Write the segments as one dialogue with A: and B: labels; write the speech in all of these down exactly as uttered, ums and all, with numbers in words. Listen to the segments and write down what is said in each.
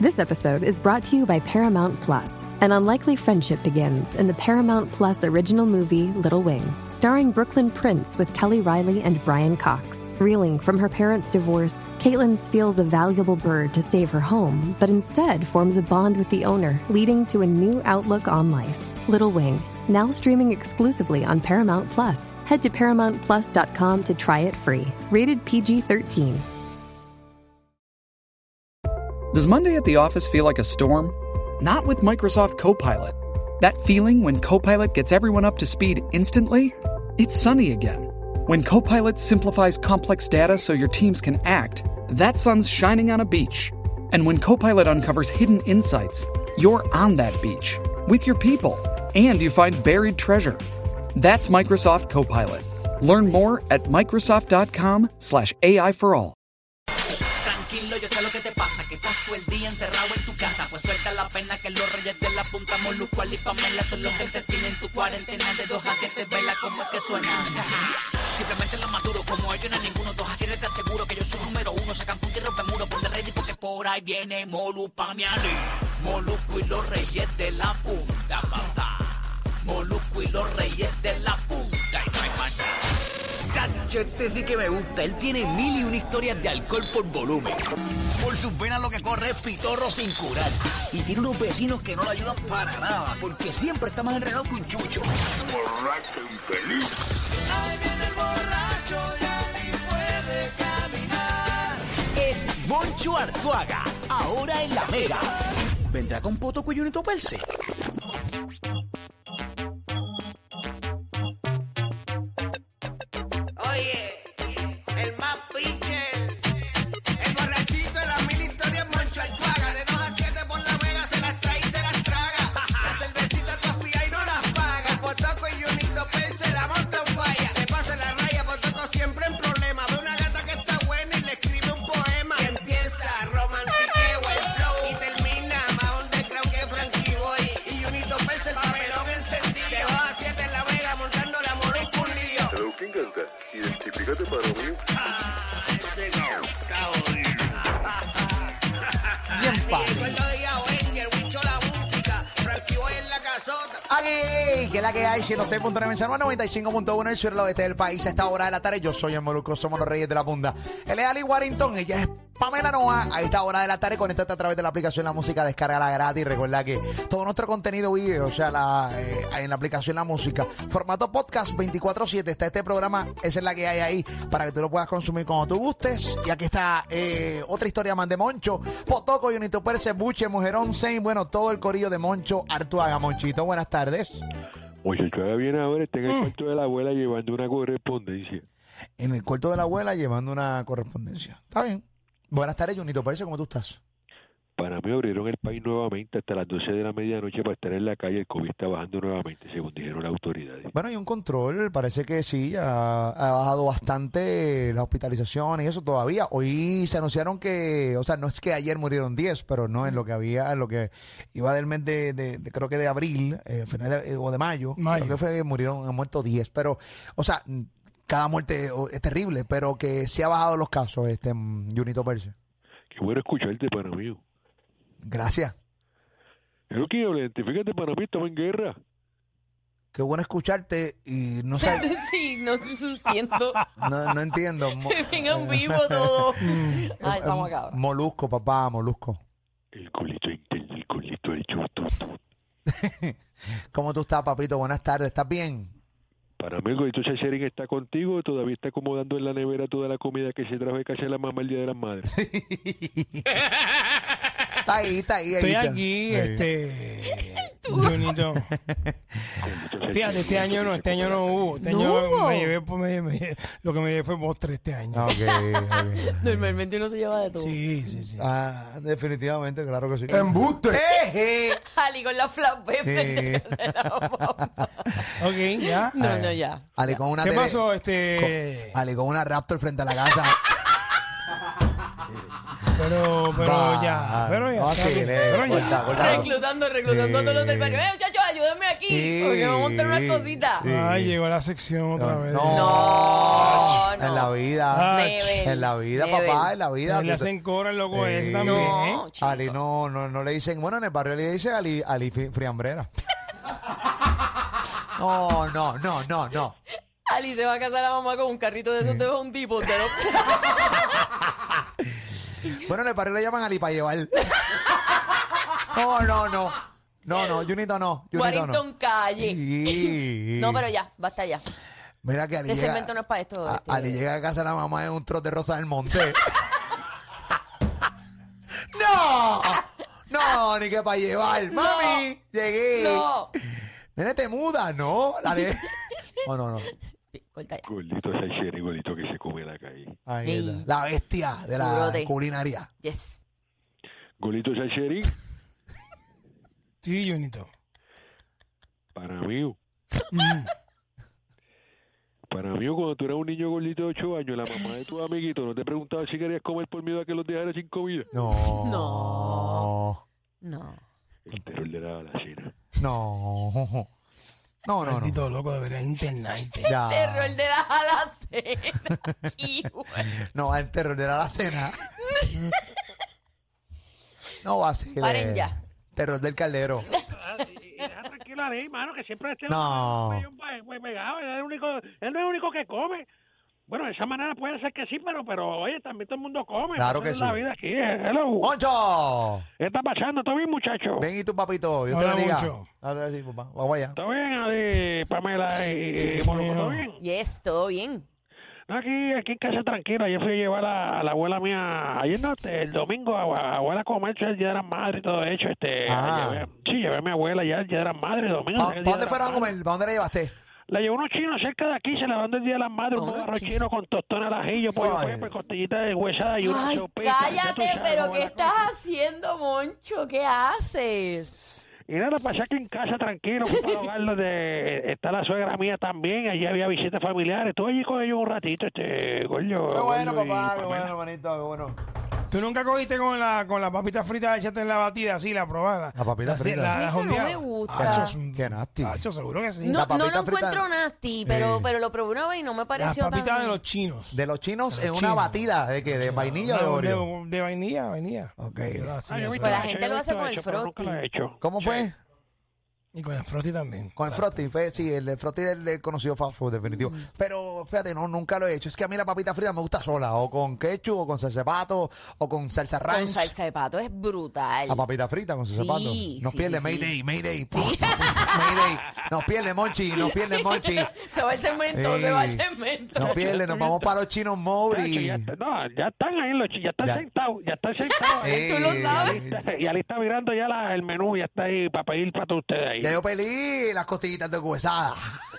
A: This episode is brought to you by Paramount Plus. An unlikely friendship begins in the Paramount Plus original movie Little Wing, starring Brooklyn Prince with Kelly Riley and Brian Cox. Reeling from her parents' divorce, Caitlin steals a valuable bird to save her home, but instead forms a bond with the owner, leading to a new outlook on life. Little Wing, now streaming exclusively on Paramount Plus. Head to paramount plus dot com to try it free. Rated P G thirteen.
B: Does Monday at the office feel like a storm? Not with Microsoft Copilot. That feeling when Copilot gets everyone up to speed instantly? It's sunny again. When Copilot simplifies complex data so your teams can act, that sun's shining on a beach. And when Copilot uncovers hidden insights, you're on that beach with your people, and you find buried treasure. That's Microsoft Copilot. Learn more at Microsoft.com slash AI for all.
C: Tranquilo, yo sé lo que te pasa, que estás todo el día encerrado en tu casa. Pues suelta la pena que los reyes de la punta, Molusco, Ali, Pamela son los que te tienen tu cuarentena de dos a siete, vela como es que suena. Simplemente los maduro, como ellos no hay ninguno, dos a siete te aseguro que yo soy número uno, sacan punta y rompen muro por de rey, porque por ahí viene Molu, Pamiani, Molusco y los reyes de la punta, papá. Molusco y los reyes de la punta, y no hay más nada. Cacho, este sí que me gusta. Él tiene mil y una historias de alcohol por volumen. Por sus venas lo que corre es pitorro sin curar. Y tiene unos vecinos que no lo ayudan para nada, porque siempre está más enredado que un chucho. Borracho infeliz. Ahí viene el borracho, ya ni puede caminar. Es Moncho Artuaga, ahora en La Mega. ¿Vendrá con poto, cuello y toperse?
D: Oye, el más pitcher.
C: El borrachito de las mil historias, Moncho Artuaga. De dos a siete por La Mega se las trae y se las traga. La cervecita tú fía y no las paga. Potoco y Junito Pérez se la monta en falla. Se pasa la raya, Potoco siempre en problema. Ve una gata que está buena y le escribe un poema. Que empieza romantiqueo el flow y termina más underground que Frankie Boy. Y Junito Pérez el papelón encendido. De dos a siete en La Mega montando la Molusco un lío.
E: Hello, ¿quién canta? Identifícate para mí.
F: Bien padre. Aquí, que es la que hay, ciento seis punto nueve en San Juan, noventa y cinco punto uno en el sur del oeste del país. A esta hora de la tarde, yo soy el Molusco, somos los reyes de la punta. Él es Ali Warrington, ella es Pamela Noa. A esta hora de la tarde, conéctate a través de la aplicación La Música, descárgala gratis. Recuerda que todo nuestro contenido video, o sea, la, eh, en la aplicación La Música, formato podcast veinticuatro siete, está este programa, esa es la que hay ahí, para que tú lo puedas consumir cuando tú gustes. Y aquí está eh, otra historia más de Moncho, Potoco, Junito Pérez, Buche, Mujerón, Sein, bueno, todo el corillo de Moncho Artuaga. Monchito, buenas tardes.
E: Oye, Artuaga viene ahora, está en el cuarto de la abuela llevando una correspondencia.
F: En el cuarto de la abuela llevando una correspondencia. Está bien. Buenas tardes, Junito Pérez, ¿cómo tú estás?
E: Para mí abrieron el país nuevamente hasta las doce de la medianoche para estar en la calle. El COVID está bajando nuevamente, según dijeron las autoridades.
F: Bueno, hay un control, parece que sí, ha, ha bajado bastante las hospitalizaciones y eso todavía. Hoy se anunciaron que, o sea, no es que ayer murieron diez, pero no en lo que había, en lo que iba del mes de, de, de creo que de abril, eh, final de, o de mayo, mayo. Creo que fue que murieron, han muerto diez, pero, o sea, cada muerte es terrible, pero que sí ha bajado los casos, este Junito Pérez.
E: Qué bueno escucharte, pana mío.
F: Gracias.
E: Es lo que identifícate, para mí estamos en guerra.
F: Qué bueno escucharte y no sé.
G: Sí, no entiendo.
F: No, no entiendo.
G: Bien en vivo todo. Ay, estamos acá.
F: Molusco, papá, Molusco.
E: El culito interno, el culito del chuto.
F: ¿Cómo tú estás, papito? Buenas tardes, ¿estás bien?
E: Para mí, entonces Sharing está contigo, todavía está acomodando en la nevera toda la comida que se trajo de casa de la mamá el Día de las Madres.
F: Está ahí, está ahí.
H: Estoy
F: ahí,
H: aquí, este... Junito. Fíjate, este año no, este año no hubo. Este
G: ¿No
H: año
G: hubo?
H: me llevé, pues, me, me- lo que me llevé fue postre este año.
F: Ok, ok.
G: Normalmente uno se lleva de todo.
H: Sí, sí, sí.
F: Ah, definitivamente, claro que sí.
H: ¡Embuste!
F: Eh,
G: Ali con la flat pepper.
F: Sí.
H: Ok, ya.
G: No, no, ya.
F: Ali con una
H: ¿Qué
F: tele-
H: pasó, este...?
F: con- Ali con una Raptor frente a la casa.
H: Pero, pero
F: Va,
H: ya, pero ya.
F: no,
H: está
F: sí,
H: bien,
F: le-
H: pero ya.
F: corta, corta.
G: Reclutando, reclutando a todos los del barrio. Eh, muchachos, ayúdenme aquí. Porque me montan unas cositas.
H: Ay, llegó la sección otra vez.
F: No,
G: No, no.
F: en la vida.
G: Never.
F: En la vida,
G: Never.
F: papá, en la vida.
H: Le hacen cobra el loco
F: Eh,
H: ese también.
G: No, chico.
F: Ali no, no, no le dicen, bueno, en el barrio le dicen Ali, Ali Fi- Friambrera. No, no, no, no, no.
G: Ali se va a casar a la mamá con un carrito de esos de un tipo. De los...
F: Bueno, en el barrio le llaman Ali para llevar. No, no, no. No, no, Junito no. Junito no.
G: Warrington Calle.
F: Sí.
G: No, pero ya, basta ya.
F: Mira que Ali
G: Ese
F: llega,
G: segmento no es para esto.
F: a-
G: este.
F: Ali llega a casa de la mamá en un trote rosa del monte. ¡No! No, ni que para llevar.
G: No.
F: Mami, llegué.
G: No.
F: Nene, te muda, ¿no? La de... No, no, no.
G: Corta ya.
E: Gordito es el sheriff, gordito que se come la calle.
F: Ahí
G: Ey.
F: está. La bestia de la
G: Durote.
F: culinaria.
G: Yes.
E: Gordito es el sheriff.
H: Sí, Junito.
E: Para mí,
H: Mm.
E: para mí, cuando tú eras un niño gordito de ocho años, la mamá de tu amiguito no te preguntaba si querías comer por miedo a que los dejara sin comida.
F: No.
G: No. No.
E: El terror de la alacena.
F: No. No, no, no.
H: Maldito loco, deberías internarte.
F: Ya.
G: Terror de la alacena. Hijo.
F: No va a terror de la alacena. No va a ser.
G: Paren
F: eh,
G: ya.
F: Terror del caldero.
D: Deja tranquilo ahí, mano, que siempre esté
F: No.
D: pegado. Él es el único, él no es el único que come. Bueno, de esa manera puede ser que sí, pero, pero oye, también todo el mundo come.
F: Claro
D: Esa
F: que
D: es
F: sí.
D: la vida aquí. Hello.
F: ¡Moncho!
D: ¿Qué está pasando? ¿Todo bien, muchacho?
F: Ven y tu papito. Dios te
H: Hola,
F: bendiga.
H: Moncho.
F: Ahora sí, papá. Vamos allá.
D: ¿Todo bien, Adi, Pamela y, y Moluco? ¿Todo bien?
G: Yes, todo bien.
D: No, aquí, aquí en casa tranquilo. Ayer fui a llevar a, a la abuela mía, ayer no, este, el domingo, a, a abuela a comer el Día de las Madres y todo hecho. Este,
F: Ah.
D: llevé- sí, llevé a mi abuela ya el Día de las Madres, el domingo.
F: ¿Para
D: el Día
F: dónde
D: de
F: fueron a
D: las Madres.
F: comer? ¿Para dónde la llevaste?
D: La llevó unos chinos cerca de aquí, se la dando el Día de las Madres, un
G: Unos
D: arroz
G: chinos.
D: chino con tostón al ajillo, pollo
F: Ay.
D: pepe, costillita de huesada y una
G: Ay,
D: sopita. Ya tú
G: cállate,
D: sabes
G: pero
D: cómo
G: ¿qué
D: es la
G: estás
D: cosa.
G: haciendo, Moncho? ¿Qué haces?
D: Y nada, pasé aquí en casa tranquilo, fui para el hogar donde está la suegra mía también, allí había visitas familiares, estuve allí con ellos un ratito, este, Gordo.
F: Qué bueno,
D: Gordo y
F: papá. Qué
D: Pamela.
F: bueno, hermanito. Qué bueno.
H: ¿Tú nunca cogiste con la, con la papita frita, échate en la batida así, la probada?
F: La papita
H: Así,
F: frita.
H: la- la
G: Eso no
H: jondeada.
G: me gusta.
H: Acho, es un-
F: Qué nasty.
H: Acho, seguro que sí.
G: No,
F: La
G: no
F: papita
G: lo
F: frita-
G: encuentro nasty, pero,
F: Sí.
G: pero lo probé una vez y no me
H: Las
G: pareció
H: papitas
G: tan...
H: de los chinos.
F: De los chinos
H: De
F: en
H: los
F: una
H: chinos.
F: batida. ¿De qué? ¿De vainilla o de
H: No,
F: Oreo?
H: De, de vainilla, vainilla.
F: Ok.
H: Yo lo hacía
D: Ah, yo he
H: eso.
D: visto
G: Pues la
D: eso,
G: gente
D: yo he
G: lo hace
D: visto
G: con el
D: eso, pero nunca lo he
G: frosty.
D: hecho.
F: ¿Cómo fue?
H: Y con el frosty también.
F: Con el frosty, fue, sí, el de frosty del, del conocido fast food, definitivo.
G: Mm.
F: Pero fíjate, no, nunca lo he hecho. Es que a mí la papita frita me gusta sola, o con ketchup, o con salsa de pato, o con salsa ranch.
G: Con salsa de pato es brutal.
F: La papita frita con salsa de
G: Sí,
F: pato. Nos
G: sí,
F: pierde,
G: sí,
F: Mayday,
G: sí.
F: Mayday. Mayday. Nos pierde, Monchi, nos pierde, Monchi.
G: Se va el segmento, se va el segmento.
F: Nos pierde, nos vamos para los chinos mode
D: Chacho,
F: y...
D: ya, está- no, ya están ahí los chi- ya están
F: Ya.
D: sentados, ya están sentados. ahí.
F: Eh,
G: Tú lo sabes.
D: Y Ali está mirando ya la- el menú, ya está ahí para pedir para todos ustedes ahí.
F: Ya yo pelí las costillitas de huesada.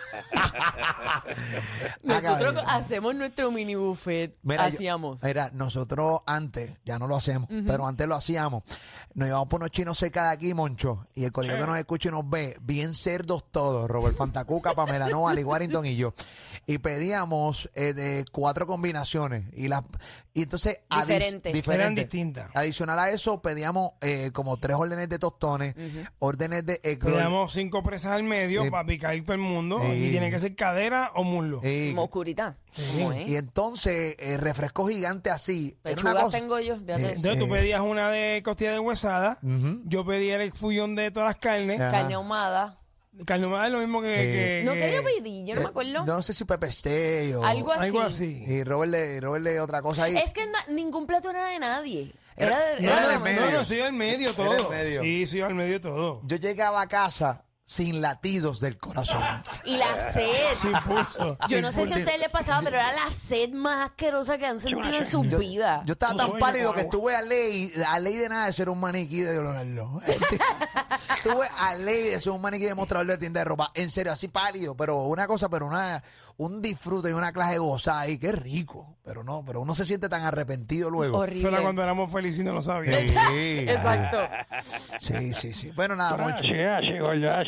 G: Nosotros
F: Acá,
G: hacemos nuestro mini buffet.
F: Mira, yo-
G: Hacíamos.
F: mira, nosotros antes, ya no lo hacemos, pero antes lo hacíamos. Nos llevamos por unos chinos cerca de aquí, Moncho, y el colegio que nos escucha y nos ve, bien cerdos todos, Robert Fantacuca, Pamela Noa, Ali Warrington y yo. Y pedíamos eh, de cuatro combinaciones. Y las y entonces adi-
G: Diferentes.
H: Eran distintas.
F: Adicional a eso, pedíamos eh, como tres órdenes de tostones, órdenes de egg roll.
H: Pedíamos cinco presas al medio
F: Sí.
H: para picar todo el mundo.
F: Sí.
H: Y tiene que ser cadera o muslo.
F: Sí.
G: Como oscurita. ¿Cómo es?
F: Y entonces, eh, refresco gigante así. Era una
G: Pechugas
F: cosa-
G: tengo yo. fíjate.
F: Eh,
H: Entonces tú
F: Sí.
H: pedías una de costilla de huesada.
F: Ujú.
H: Yo pedía el fullón de todas las carnes.
F: Ajá.
G: Carne ahumada.
H: Carne humada es lo mismo que...
F: Eh,
H: que-
G: No,
H: que-
G: que yo pedí, yo no me
F: Eh,
G: acuerdo.
F: yo no sé si Pepper Steak o...
G: Algo así.
H: Algo así.
F: Y Robert le, Robert le otra cosa ahí.
G: Es que na- ningún plato era de nadie.
F: Era-
G: Era, de-
F: no,
G: era
F: era
G: de
F: del
H: No,
F: medio.
H: no, no, soy al medio
F: Era
H: todo.
F: del medio.
H: Sí, soy al medio todo.
F: Yo llegaba a casa sin latidos del corazón.
G: Y la sed.
H: Sin pulso.
G: Yo
H: sin
G: no sé si a
H: pulso.
G: ustedes les pasaba, pero era la sed más asquerosa que han sentido en su
F: Yo,
G: vida.
F: yo estaba
D: Tu
F: tan
D: sueño
F: pálido
D: con
F: que
D: agua.
F: estuve a ley, a ley de nada de ser un maniquí de Leonardo. Estuve a ley de ser un maniquí de mostrador de tienda de ropa. En serio, así pálido, pero una cosa, pero una, un disfrute y una clase de gozada ahí, qué rico. Pero no, pero uno se siente tan arrepentido luego.
G: Horrible.
H: Pero cuando éramos felices no lo sabíamos.
F: Sí,
G: Exacto.
F: sí, sí, sí. Bueno, nada,
D: Pero
F: Moncho.
D: así, así, Gordo, así.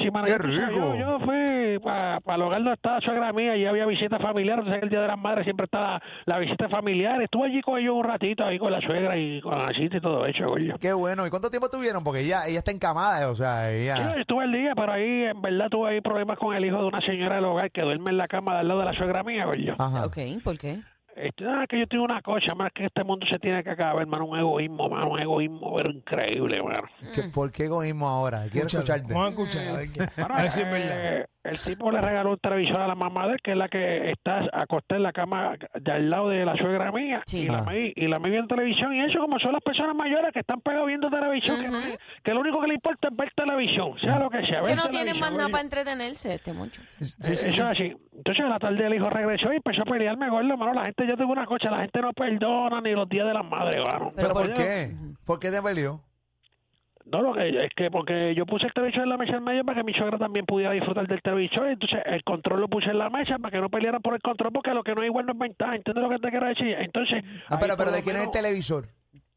D: sí, mano.
F: ¡Qué
D: Yo,
F: rico!
D: Yo, yo fui para pa el hogar donde estaba la suegra mía y había visita familiar. Entonces, el Día de las Madres siempre está la visita familiar. Estuve allí con ellos un ratito, ahí con la suegra y con la visita y todo eso, coño.
F: Qué bueno. ¿Y cuánto tiempo tuvieron? Porque ella, ella está encamada, o sea,
D: Sí,
F: ella...
D: yo estuve el día, pero ahí en verdad tuve ahí problemas con el hijo de una señora del hogar que duerme en la cama de al lado de la suegra mía, coño.
F: Ajá.
G: Ok, ¿por qué?
D: Este, ah, que yo tengo una cosa, más que este mundo se tiene que acabar, hermano, un egoísmo, mano, un egoísmo, pero increíble, hermano.
F: ¿Qué- ¿Por qué egoísmo ahora? Quiero
H: Escúchalo,
F: escucharte.
H: Vamos a escuchar, a ver, qué-
D: Bueno,
H: a ver si es
D: eh,
H: verdad.
D: el tipo le regaló un televisor a la mamá de él, que es la que está acostada en la cama de al lado de la suegra mía.
G: Sí.
D: Y la
F: Ah.
D: me y la me viendo televisión. Y eso, como son las personas mayores que están pegados viendo televisión, que, no le- que lo único que le importa es ver televisión, sea lo que sea.
G: Que
D: ver
G: no tienen más
D: televisión,
G: nada
D: oye.
G: para entretenerse, este mucho.
F: Sí, sí,
D: Eh,
F: sí.
D: Eso es así. Entonces, a la tarde el hijo regresó y empezó a pelearme, gordo, hermano. La gente, yo tengo una cosa, la gente no perdona ni los días de las madres, hermano.
F: ¿Pero por
G: por-
F: qué? ¿Por qué te peleó?
D: No, lo que es que porque yo puse el televisor en la mesa en medio para que mi suegra también pudiera disfrutar del televisor, entonces el control lo puse en la mesa para que no pelearan por el control, porque lo que no es igual no es ventaja, ¿entiendes lo que te quiero decir? Entonces,
F: Ah,
D: ahí
F: pero,
D: por
F: pero
D: lo
F: ¿de quién es el
D: menos,
F: televisor?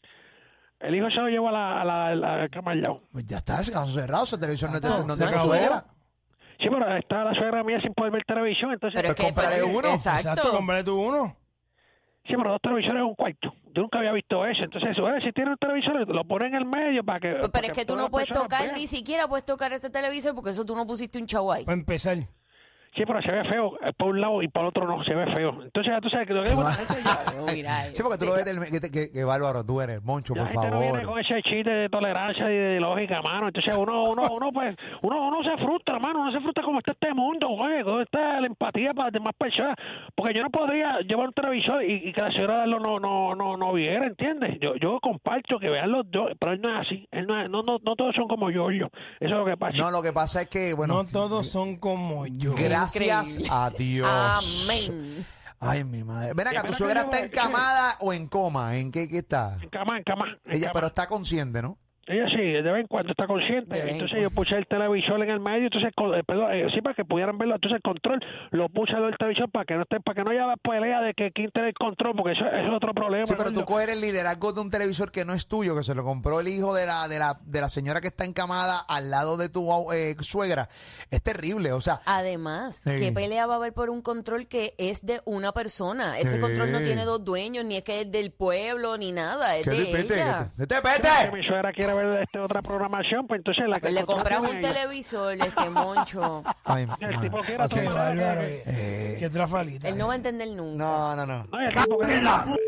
D: el hijo se lo llevó a la, a la, a la cama al lado.
F: Pues ya está, ese caso cerrado, ese televisor no es de,
G: No,
F: no es
G: se
F: de tu
G: acabó.
F: suegra.
D: Sí, pero está la suegra mía sin poder ver televisión, entonces...
G: Pero es
F: Pues
G: que,
F: compraré
G: pero-
F: uno.
G: Exacto.
H: Exacto, compraré tú uno.
D: Sí, pero dos televisores en un cuarto. Yo nunca había visto eso. Entonces, eso, eh, si tiene un televisor, lo pone en el medio para que...
G: Pero
D: para
G: es que tú
D: todas
G: no
D: las
G: puedes
D: personas
G: tocar,
D: vean.
G: ni siquiera puedes tocar ese televisor porque eso tú no pusiste un chavo ahí.
H: Para empezar.
D: Sí, pero se ve feo eh, por un lado y por otro no, se ve feo. Entonces, ya tú sabes que lo que
F: Sí,
D: bueno,
F: ma-
D: la gente ya...
G: No, mira
F: Sí, porque tú lo
G: este.
F: ves, del, que, que, que bárbaro tú eres, Moncho,
D: La
F: por
D: gente no viene
F: favor.
D: con ese chiste de tolerancia y de lógica, mano. Entonces uno, uno, uno, pues, uno, uno se frustra, mano. Uno se frustra como está este mundo, güey. ¿Dónde está la empatía para las demás personas? Porque yo no podría llevar un televisor y, y que la señora no, no, no, no, no viera, ¿entiendes? Yo, yo comparto que vean los dos, pero él no es así. Él no, es- no, no, no todos son como yo, yo. Eso es lo que pasa.
F: No, lo que pasa es que, bueno,
H: no todos son como yo.
F: gracias
G: Increíble.
F: a Dios.
G: Amén.
F: Ay, mi madre. Ven acá,
D: Y
F: ¿tu
D: espera
F: suegra
D: que yo
F: está
D: voy-
F: encamada o en coma? ¿En qué, qué está?
D: En cama, en cama. en
F: Ella,
D: cama.
F: pero está consciente, ¿no?
D: Ella sí, de vez en cuando está consciente.
G: De vez en
D: Entonces yo puse el televisor en el medio, entonces, co- eh, perdón, eh, sí, para que pudieran verlo. Entonces el control lo puse al televisor para que no esté, para que no haya pelea de que quién tiene el control, porque eso, eso es otro problema.
F: Sí, pero tú
D: gordo.
F: coger el liderazgo de un televisor que no es tuyo, que se lo compró el hijo de la, de la, de la señora que está encamada al lado de tu eh, suegra, es terrible. O sea,
G: Además,
F: Sí.
G: ¿qué pelea va a haber por un control que es de una persona? Ese
F: Sí.
G: control no tiene dos dueños, ni es que es del pueblo, ni nada, es
F: ¿qué
G: de
F: te pete?
G: ella.
F: ¿Qué te
D: Que
F: pete?
D: mi suegra quiere ver este, otra programación, pues entonces la que
G: Pues le
D: controla
G: compramos
D: es
G: un
D: ella.
G: televisor, este moncho.
F: Ay,
D: El
F: madre.
D: tipo quiere
H: Qué
D: todo.
H: bárbaro.
F: Eh.
H: eh. Qué trafalita.
G: Él no va a entender nunca.
F: No, no, no.
D: No, y el tipo quiere-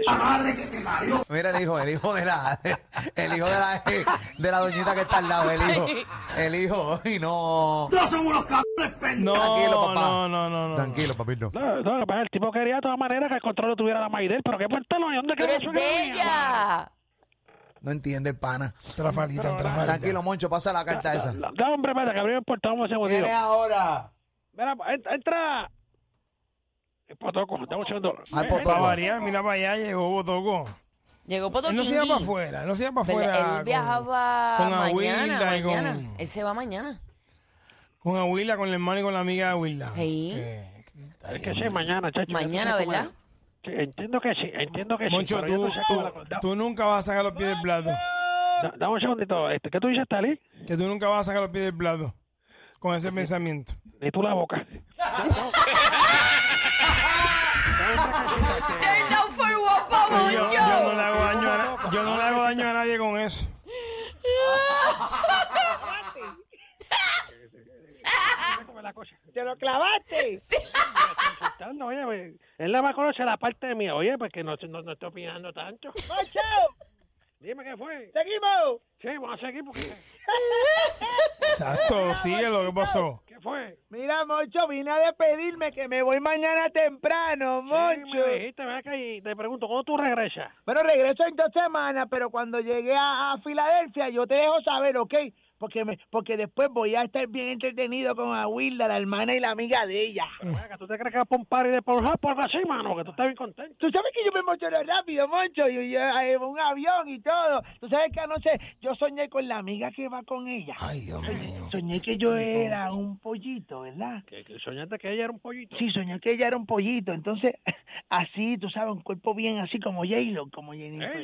F: Mira el hijo, el hijo de la, el hijo de la, de la doñita que está al lado, el hijo, el hijo, y no.
H: No,
F: Tranquilo, papá.
H: no, no, no, no.
F: Tranquilo, papito.
D: No, no, lo que pasa es que el tipo quería de todas maneras que el control lo tuviera la Maidel, pero qué pantalón, ¿y dónde
G: Pero
D: queda
G: es
D: la
G: de
D: suegra mía?
G: ella.
F: No entiende el pana.
H: Trafalita, trafalita.
F: Tranquilo, Moncho, pasa la carta esa.
D: Da, da, hombre, espérate, que abrió el portón, vamos a hacer un
F: ¿Quién
D: motivo.
F: es ahora?
D: Mira, en- entra. El potoco, dame un segundo.
F: Al
D: Eh,
F: potoco.
H: Para variar, mira para allá, llegó Botoco.
G: Llegó
H: Él
G: Potoquín.
H: no se iba para afuera, él no se iba para
G: Pero
H: afuera.
G: él viajaba
H: con, con
G: mañana,
H: Aguilda y
G: mañana.
H: con,
G: Él se va mañana.
H: con Aguilda, con el hermano y con la amiga de Aguilda.
G: Sí.
H: Que-
D: Es que sí, mañana, chacho.
G: Mañana,
D: que no sé
G: ¿verdad?
D: cómo es. Sí, entiendo que sí, entiendo que
H: Moncho,
D: sí. pero yo
H: tú,
D: no sé
H: tú,
D: cómo la- da-
H: tú nunca vas a sacar los pies del plato.
D: da- Dame un segundito. Este, ¿qué tú dices, Tali?
H: Que tú nunca vas a sacar los pies del plato. Con ese pensamiento.
D: Ni tú la boca.
G: Turn down for guapa,
H: Yo, yo no le hago daño a, na- yo no le hago daño a nadie con eso.
D: ¿Te lo clavaste? Insultando, oye, pues, él nada más conoce la parte mía. Oye, pues que no, no, no estoy opinando tanto. ¡Macho! Dime qué fue. ¿Seguimos? Sí, vamos a seguir porque...
H: Exacto, sigue lo que pasó.
D: ¿Qué fue?
I: Mira, Moncho, vine a despedirme que me voy mañana temprano,
D: Sí,
I: Moncho.
D: me dijiste, ven acá y te pregunto, ¿cuándo tú regresas?
I: Bueno, regreso en dos semanas, pero cuando llegue a, a Filadelfia yo te dejo saber, ¿ok? Porque me, porque después voy a estar bien entretenido con Aguilda, la hermana y la amiga de ella.
D: Pero ven acá, ¿tú te crees que vas para un party de Pornhub por algo así, mano? Que tú estás bien contento.
I: Tú sabes que yo me emociono rápido, Moncho, yo, yo, en un avión y todo. Tú sabes que anoche yo soñé con la amiga que va con ella.
H: Ay, Dios mío.
I: Soñé que yo era un pollito, ¿verdad?
D: Que, que soñaste que ella era un pollito.
I: Sí, soñé que ella era un pollito. Entonces, así, tú sabes, un cuerpo bien así como J-Lo, como Jennifer.
D: Ella.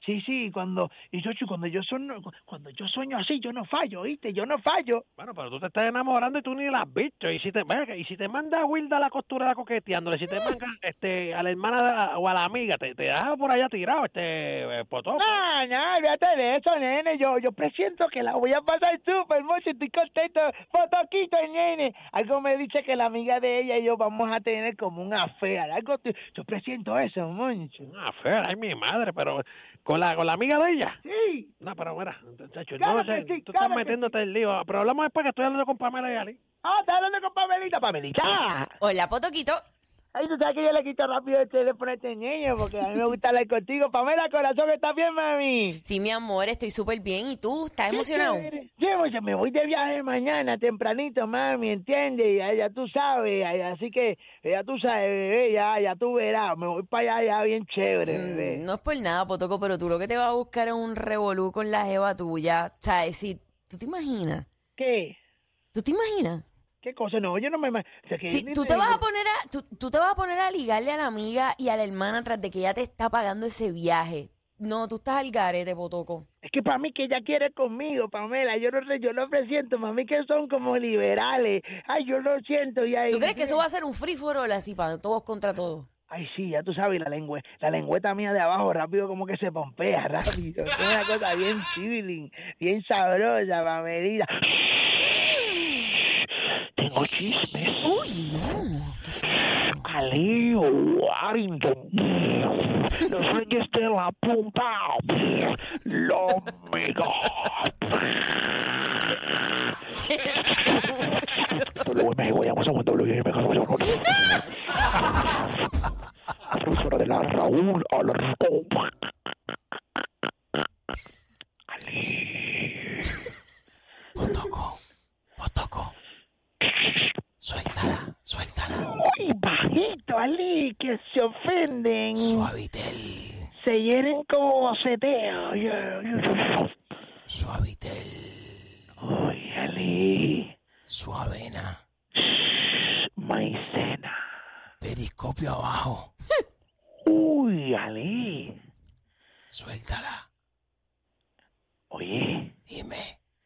I: Sí, sí, cuando, y yo, cuando yo sueño, cuando yo sueño así, yo no fallo, ¿viste? Yo no fallo.
D: Bueno, pero tú te estás enamorando y tú ni la has visto. Y si te, venga, y si te manda a Wilda a la costurera coqueteándole, si te manda este, a la hermana de la- o a la amiga, te, te deja por allá tirado, este, eh, Potoco.
I: No, no, olvídate de eso, nene. Yo, yo presiento que la voy a pasar súper mucho. Estoy contento. Fotoquito, nene. Algo me dice que la amiga de ella y yo vamos a tener como un affair. Algo, te- yo presiento eso, mucho.
D: Una fea, ay, mi madre, pero con la, con la amiga de ella.
I: Sí.
D: No, pero mira, chacho,
I: Claro
D: no,
I: que
D: te-
I: sí,
D: tú
I: claro
D: estás
I: que
D: metiéndote en lío. Pero hablamos después que estoy hablando con Pamela y Ali.
I: Ah, ¿estás hablando con Pamelita? Pamelita.
G: Hola, Potoquito.
I: Ay, tú sabes que yo le quito rápido el teléfono a este niño porque a mí me gusta hablar contigo. Pamela, corazón, ¿estás bien, mami?
G: Sí, mi amor, estoy súper bien. ¿Y tú? ¿Estás emocionado?
I: Sí, pues me voy de viaje mañana tempranito, mami, ¿entiendes? Ya, ya tú sabes, ya- así que ya tú sabes, bebé, ya, ya tú verás. Me voy para allá ya bien chévere, bebé.
G: Mm, no es por nada, Potoco, pero tú lo que te vas a buscar es un revolú con la jeva tuya. O sea, si, ¿tú te imaginas?
I: ¿Qué?
G: ¿Tú te imaginas?
I: ¿Qué cosa? No, yo no me... ima- o sea, que-
G: Si tú te vas a poner a, tú, tú te vas a poner a ligarle a la amiga y a la hermana tras de que ella te está pagando ese viaje. No, tú estás al garete, Potoco.
I: Es que para mí que ella quiere conmigo, Pamela. Yo no sé, yo lo presiento. Para mí que son como liberales. Ay, yo lo siento. Y ahí,
G: ¿Tú crees que eso va a ser un free for all así para todos contra todos?
I: Ay, sí, ya tú sabes, la lengua, la lengüeta mía de abajo rápido como que se pompea, rápido. Es una cosa bien chilling, bien sabrosa, Pamelita. Tengo chismes.
G: Uy, no. ¿Qué es eso?
I: Ali Warrington. Los reyes de la punta. Lo mega. Me voy a pasar un doble. Profesora de la Raúl Alarcón.
H: Potoco, Potoco. Suéltala, suéltala.
I: Uy, bajito, Ali, que se ofenden.
H: Suavitel,
I: Se hieren como boceteo.
H: suavitel.
I: Uy, Ali.
H: Suavena.
I: Maicena.
H: Periscopio abajo.
I: Uy, Ali.
H: Suéltala.
I: Oye,
H: Dime.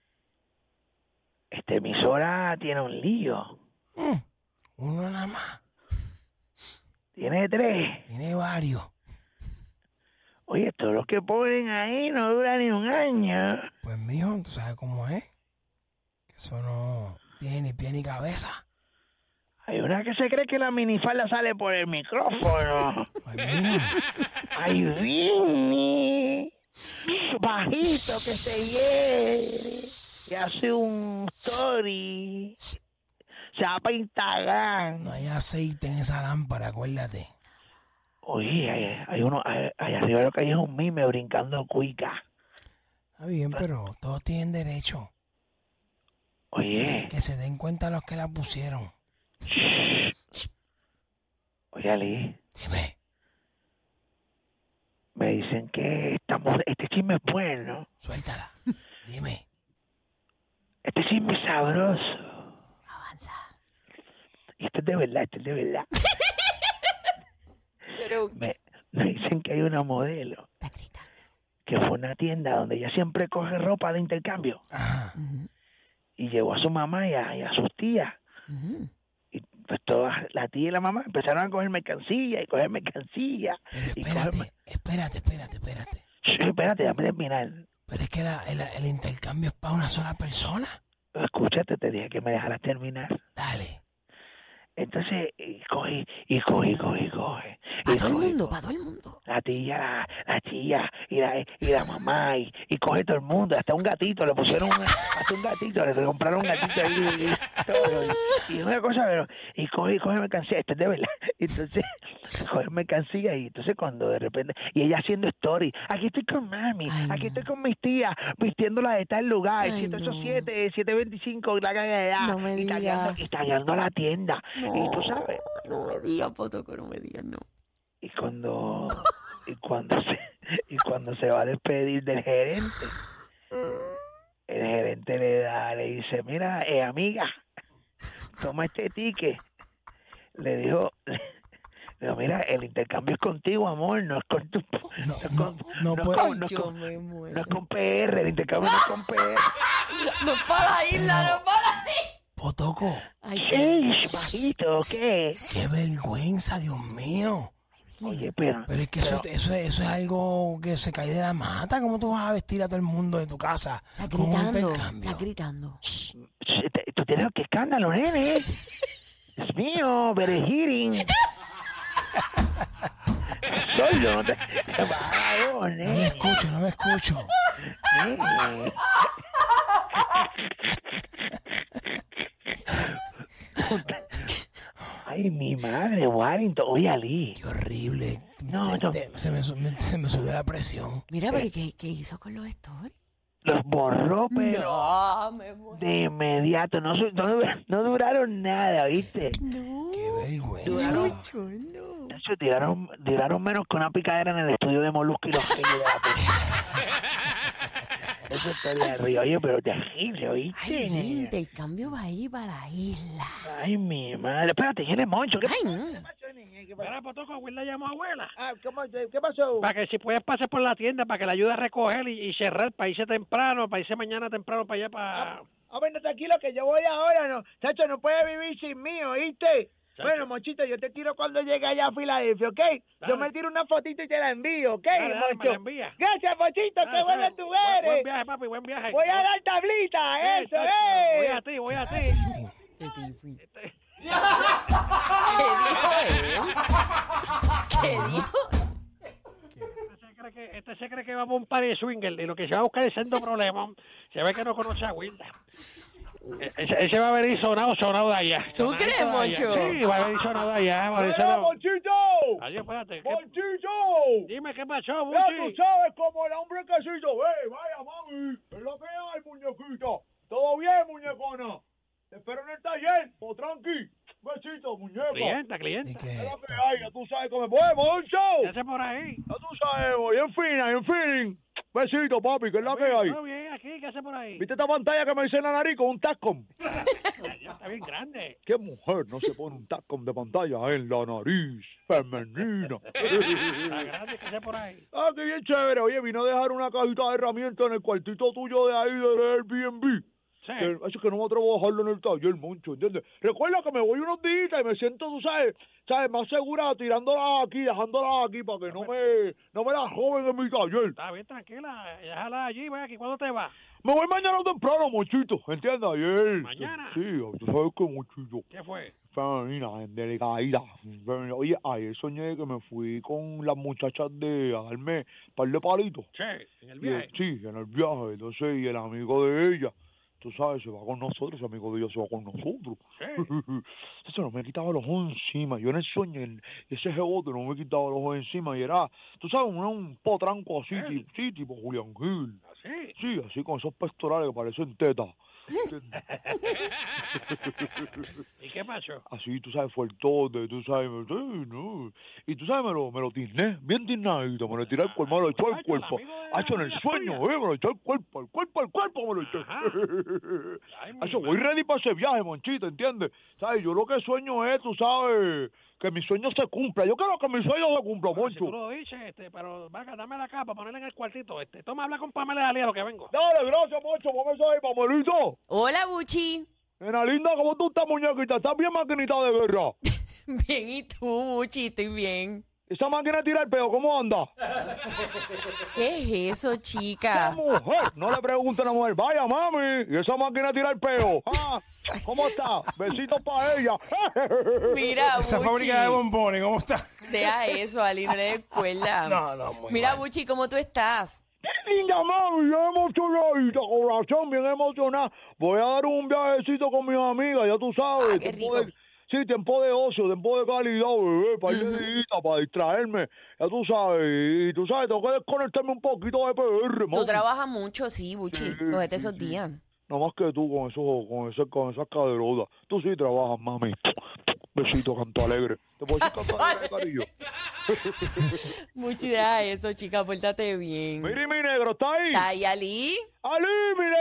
I: esta emisora tiene un lío.
H: Mm, uno nada más.
I: Tiene tres.
H: Tiene varios.
I: Oye, todos los que ponen ahí no duran ni un año.
H: Pues mijo, tú sabes cómo es. Que eso no tiene ni pie ni cabeza.
I: Hay una que se cree que la minifalda sale por el micrófono.
H: Pues mijo.
I: Ay, Vinny. Bajito que se hiere. Y hace un story. Se va para Instagram.
H: No hay aceite en esa lámpara, acuérdate.
I: Oye, hay, hay uno, hay, hay arriba lo que hay es un mime brincando cuica.
H: Está bien, pero todos tienen derecho.
I: Oye,
H: Que se den cuenta los que la pusieron.
I: oye, Ali,
H: Dime.
I: me dicen que estamos, este chisme es bueno.
H: Suéltala. Dime.
I: Este chisme es sabroso.
G: Avanza.
I: Y este es de verdad, este es de verdad.
G: Pero,
I: Me, me dicen que hay una modelo
G: está gritando.
I: que fue a una tienda donde ella siempre coge ropa de intercambio
H: Ajá.
I: y llevó a su mamá y a, y a sus tías.
G: Ujú.
I: Y pues todas, la tía y la mamá empezaron a coger mercancía y coger mercancía.
H: Pero
I: Y
H: espérate,
I: coger...
H: espérate, espérate, espérate.
I: Sí, espérate, déjame terminar.
H: Pero es que la- el, el intercambio es para una sola persona.
I: Escúchate, te dije que me dejaras terminar.
H: Dale.
I: Entonces, y coge, y coge, y coge, y coge.
G: Para
I: Y
G: todo el
I: coge, y
G: mundo,
I: coge.
G: para todo el mundo.
I: La tía, la, la tía, y la, y la mamá, y, y coge todo el mundo, hasta un gatito, le pusieron un, hasta un gatito, le compraron un gatito ahí, y, y todo, y, y una cosa, pero, y coge, y coge mercancía, esto es de verdad, entonces, coge mercancía, y entonces cuando de repente, y ella haciendo story, aquí estoy con mami,
G: Ay,
I: aquí
G: no.
I: estoy con mis tías, vistiéndola de tal lugar,
G: Ay,
I: siete ocho
G: no.
I: siete, siete veinticinco, la allá,
G: No me
I: y tagueando,
G: digas.
I: y tagueando a la tienda, y tú sabes,
G: No me digas, Potoco, no me digas, no.
I: y cuando y cuando se y cuando se va a despedir del gerente, el gerente le da le dice, mira, eh, amiga, toma este ticket, le dijo pero mira, el intercambio es contigo, amor, no es con tu...
H: No,
I: es
H: no,
I: con-
H: no
I: es
H: puedo.
I: con- no es
G: Yo
I: con-
G: me muero.
I: no es con P R, el intercambio no es con P R.
G: No es para la isla, no es para la isla.
H: Potoco,
G: Ay,
I: ¡Ey, bajito! ¿Qué?
H: qué vergüenza, Dios mío.
I: Oye, pero...
H: Pero es que eso, eso, eso es algo que se cae de la mata. ¿Cómo tú vas a vestir a todo el mundo de tu casa?
G: está
H: Como un
G: gritando,
H: intercambio.
G: está gritando.
I: Ch- te- Tú tienes que escándalo, nene. Dios mío, berejirin. Solo, no te... Vamos,
H: No me
I: nene.
H: escucho, no me escucho.
I: nene. Ay, mi madre, Warrington. Oye, Ali.
H: Qué horrible.
I: No,
H: Se-
I: no.
H: te- se, me, su- me- se me subió la presión.
G: Mira, pero ¿y ¿qué, qué hizo con los stories?
I: Los borró, pero
G: No, me muero.
I: de inmediato. No, su- no, no duraron nada, ¿viste?
G: No,
H: Qué vergüenza.
I: Duraron,
G: cholo.
I: de hecho, tiraron, tiraron menos que una picadera en el estudio de Molusco y los Reyes de la Punta. Esa historia de Río, oye, pero terrible, ¿oíste?
G: Ay, el intercambio va a ir para la isla.
I: Ay, mi madre. Espérate, ¿quién es Moncho? ¿Qué
G: Ay, no.
D: Mira, Potoco, Will la llamó a abuela.
I: Ah, ¿cómo- ¿Qué pasó?
D: Para que si puedes pasar por la tienda, para que la ayude a recoger y, y cerrar, para irse temprano, para irse mañana temprano para allá, para...
I: Ah, bueno, tranquilo, que yo voy ahora, no. Chacho, no puede vivir sin mí, ¿oíste?
D: Chacho.
I: Bueno, Monchito, yo te tiro cuando llegue allá a Filadelfia, ¿ok?
D: Dale.
I: Yo me tiro una fotito y te la envío, ¿ok,
D: Dale, dale, me
I: Moncho?
D: la envía.
I: Gracias, Monchito,
D: Dale,
I: qué bueno
D: dale.
I: tú
D: Buen- Buen
I: eres.
D: viaje, papi, buen viaje.
I: Voy a dar tablita,
D: Sí,
I: eso,
D: chacho,
I: eh.
D: Voy a ti, voy a ti.
G: ¿Qué dijo él? ¿Qué dijo?
D: Este se cree que, este se cree que va por un party swinger y lo que se va a buscar es siendo problema. Se ve que no conoce a Wilda. E- Ese, ese va a venir sonado, sonado de allá.
G: ¿Tú
D: Sonadito
G: crees,
D: de allá.
G: Moncho?
D: Sí, va a venir sonado de allá. Va a venir
I: ¡Hola,
D: sonado.
I: Monchito!
D: Adiós, espérate. ¿qué-
I: ¡Monchito!
D: Dime qué pasó,
I: Ya tú
D: Buchi.
I: sabes como el hombre que se hizo. ¡Hey, vaya, mami! ¿Es lo que hay, muñequita? ¿Todo bien, muñecona? Te espero en el taller. O tranqui. Besito, muñeca.
D: Clienta,
H: ¿Y
D: clienta.
H: qué?
I: Es lo que hay, ya tú sabes cómo me voy, Moncho.
D: ¿Qué hace por ahí?
I: Ya tú sabes, voy en fina, en fin. Besito, papi, que es la que hay.
D: ¿Todo bien aquí? ¿Qué hace por ahí?
I: ¿Viste esta pantalla que me hice en la nariz con un Tacom?
D: Ya está bien grande.
I: ¿Qué mujer no se pone un Tacom de pantalla en la nariz? Femenina.
D: Está grande, ¿qué hace por ahí?
I: Ah, qué bien chévere. Oye, vine a dejar una cajita de herramientas en el cuartito tuyo de ahí del Airbnb.
D: Sí.
I: Que, eso es que no me atrevo a dejarlo en el taller, Moncho, ¿entiendes? Recuerda que me voy unos días y me siento, tú sabes, sabes, más segura tirándolas aquí, dejándolas aquí para que no me, no me las roben en mi taller.
D: Está bien, tranquila. Déjala allí, ve aquí. ¿Cuándo te vas?
I: Me voy mañana temprano, Monchito, ¿entiendes? Ayer.
D: ¿Mañana?
I: Sí, tú sabes que, Monchito.
D: ¿Qué fue?
I: Femenina, delicadita. Femenina. Oye, ayer soñé que me fui con las muchachas de a darme un par de palitos.
D: Che, en el
I: Y,
D: viaje.
I: sí, en el viaje. Entonces, y el amigo de ella, tú sabes, se va con nosotros, el amigo de ella se va con nosotros.
D: Sí.
I: Entonces no me quitaba los ojos encima. Yo en el sueño, en ese rebote, no me quitaba los ojos encima. Y era, tú sabes, un, un potranco así,
D: ¿Eh?
I: tipo, sí, tipo Julián Gil.
D: ¿Así?
I: Sí, así con esos pectorales que parecen tetas. ¿Entiendes?
D: ¿Y qué pasó?
I: Así, tú sabes, fuertote, tú sabes, me- sí, no. Y tú sabes, me lo, me lo tirné, bien tirnadito, me lo tiré al cuerpo, me lo echó al
D: Chacho, el
I: cuerpo.
D: amigo de
I: Hacho, en
D: la
I: el
D: amiga
I: sueño,
D: tuya.
I: eh, me lo echó al cuerpo, al cuerpo, al cuerpo, me lo eché.
D: Ajá. Ay, mi
I: Hacho, voy
D: madre.
I: ready para ese viaje, Monchito, ¿entiendes? ¿Sabes? Yo lo que sueño es, tú sabes, que mi sueño se cumpla. Yo quiero que mi sueño se cumpla,
D: Bueno, si tú
I: Moncho.
D: lo dices, este, pero vaca, dame la capa, ponerla en el cuartito. Este, toma, habla con Pamela Dalí a lo que vengo.
I: Dale, gracias, Moncho, pon eso ahí, Pamelito.
G: Hola, Buchi.
I: Nena linda, ¿cómo tú estás, muñequita? ¿Estás bien maquinita de guerra?
G: Bien, ¿y tú, Buchi? Estoy bien.
I: ¿Esa máquina tira el peo, cómo anda?
G: ¿Qué es eso, chica?
I: ¡Esa mujer! No le pregunten a la mujer, vaya mami, y esa máquina tira el peo. Ah, ¿cómo está? Besitos para ella.
G: Mira,
H: Esa
G: Buchi.
H: fábrica de bombones, ¿cómo está?
G: Deja eso, Ali, no le escuela.
H: No, no, muy
G: Mira,
H: mal.
G: Buchi, ¿cómo tú estás?
I: Linda mami, bien emocionadita, corazón, bien emocionada. Voy a dar un viajecito con mis amigas, ya tú sabes.
G: Ah, qué
I: tiempo
G: rico.
I: de- sí, tiempo de ocio, tiempo de calidad, bebé, para ir de día, para distraerme. Ya tú sabes, y tú sabes, tengo que desconectarme un poquito de P R,
G: Tú
I: mami.
G: trabajas mucho, sí, Buchi.
I: Sí,
G: Cógete
I: sí,
G: esos
I: sí.
G: días.
I: Nada más que tú con esos, con esas, con esas caderotas. Tú sí trabajas, mami. Besito, canto alegre. ¿Te puedo decir canto alegre, cariño?
G: Buchi, deja eso, chica, pórtate bien.
I: Miri, mi negro, ¿está ahí?
G: ¿Está ahí, Ali?
I: Ali, mi negro, bello,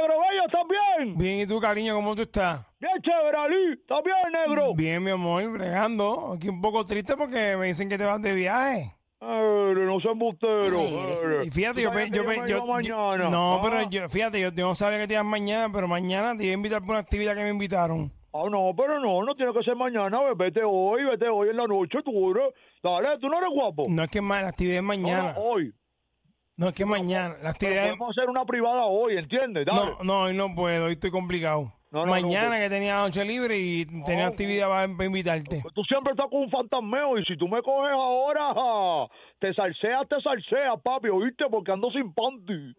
J: ¿estás bien?
H: Bien, ¿y tú, cariño, cómo tú estás?
J: Bien chévere, Ali. ¿Estás bien, negro?
H: Bien, mi amor, bregando. Aquí un poco triste porque me dicen que te vas de viaje.
J: Eh, no seas embustero. Eh.
H: Y fíjate, yo, pe- yo, pe- yo,
J: mañana.
H: yo- no,
J: Ah.
H: pero yo, fíjate, yo, yo no sabía que te ibas mañana, pero mañana te iba a invitar por una actividad que me invitaron.
J: Ah, no, pero no, no tiene que ser mañana. ve, Vete hoy, vete hoy en la noche, tú eres. Dale, tú no eres guapo.
H: No es que ma- la actividad es mañana.
J: No, no, hoy.
H: No es que mañana. La actividad es...
J: Podemos hacer una privada hoy, ¿entiendes? Dale.
H: No, no, hoy no puedo, hoy estoy complicado.
J: No, no,
H: mañana
J: no,
H: que tenía la noche libre y tenía
J: No,
H: actividad para, para invitarte.
J: Tú siempre estás con un fantasmeo y si tú me coges ahora, ja, te salseas, te salseas, papi, ¿oíste? Porque ando sin panty.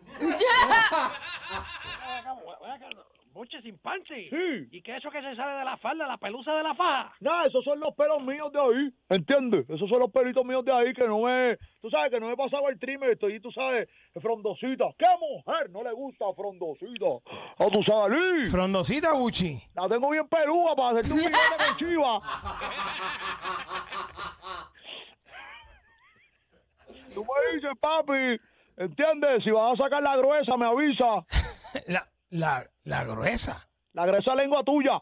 D: Buche sin panty.
J: Sí.
D: ¿Y qué es eso que se sale de la falda, la pelusa de la faja?
J: Nada, esos son los pelos míos de ahí, ¿entiendes? Esos son los pelitos míos de ahí que no me... Tú sabes que no me pasaba el trimmer, estoy, tú sabes, frondosita. ¿Qué mujer no le gusta frondosita? Ah, tú sabes, Lee.
H: Frondosita, Buchi.
J: La tengo bien pelúa para hacerte un billete con chiva. Tú me dices, papi, ¿entiendes? Si vas a sacar la gruesa, me avisa.
H: La, la, la gruesa.
J: La gruesa lengua tuya.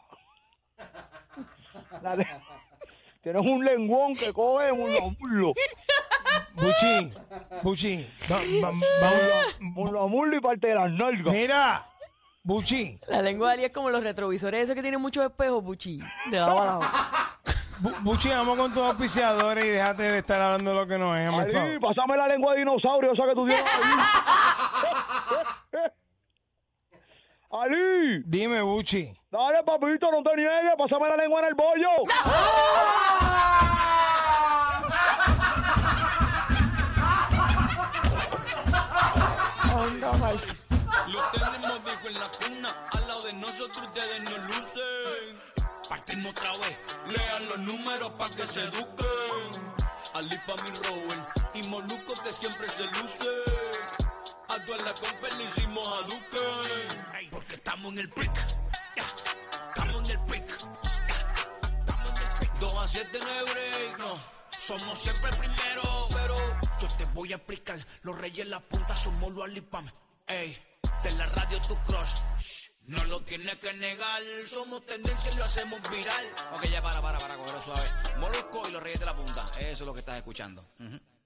J: La de- Tienes un lenguón que coge un muslo.
H: Buchi, Buchi, va- va- vamos.
J: Un muslo y parte de las nalgas.
H: Mira, Buchi,
G: La lengua de Ali es como los retrovisores esos que tienen muchos espejos, Buchi. De lado a lado.
H: Bu- Buchi, vamos con tus auspiciadores y déjate de estar hablando de lo que no es, hazme el
J: Ali,
H: favor.
J: pásame la lengua de dinosaurio esa que tú tienes ahí. Ali,
H: Dime, Buchi.
J: dale papito, no te niegues, pásame la lengua en el bollo.
C: Lo tenemos dijo en la cuna, al lado de nosotros ustedes no lucen. Partimos otra vez, lean los números pa' que se eduquen. Ali pa' mi Robert y Moluco que siempre se luce. A toda la compa le hicimos a Duque. Porque estamos en el pick, yeah. Estamos en el pick, yeah. Estamos en el pick. dos a siete no hay break, no. Somos siempre primero, pero yo te voy a explicar. Los reyes en la punta somos los Alipam. Ey, de la radio tu crush. Shh, no lo tienes que negar. Somos tendencia y lo hacemos viral. Ok, ya para, para, para, cogerlo suave. Molusco y los reyes de la punta. Eso es lo que estás escuchando. Uh-huh.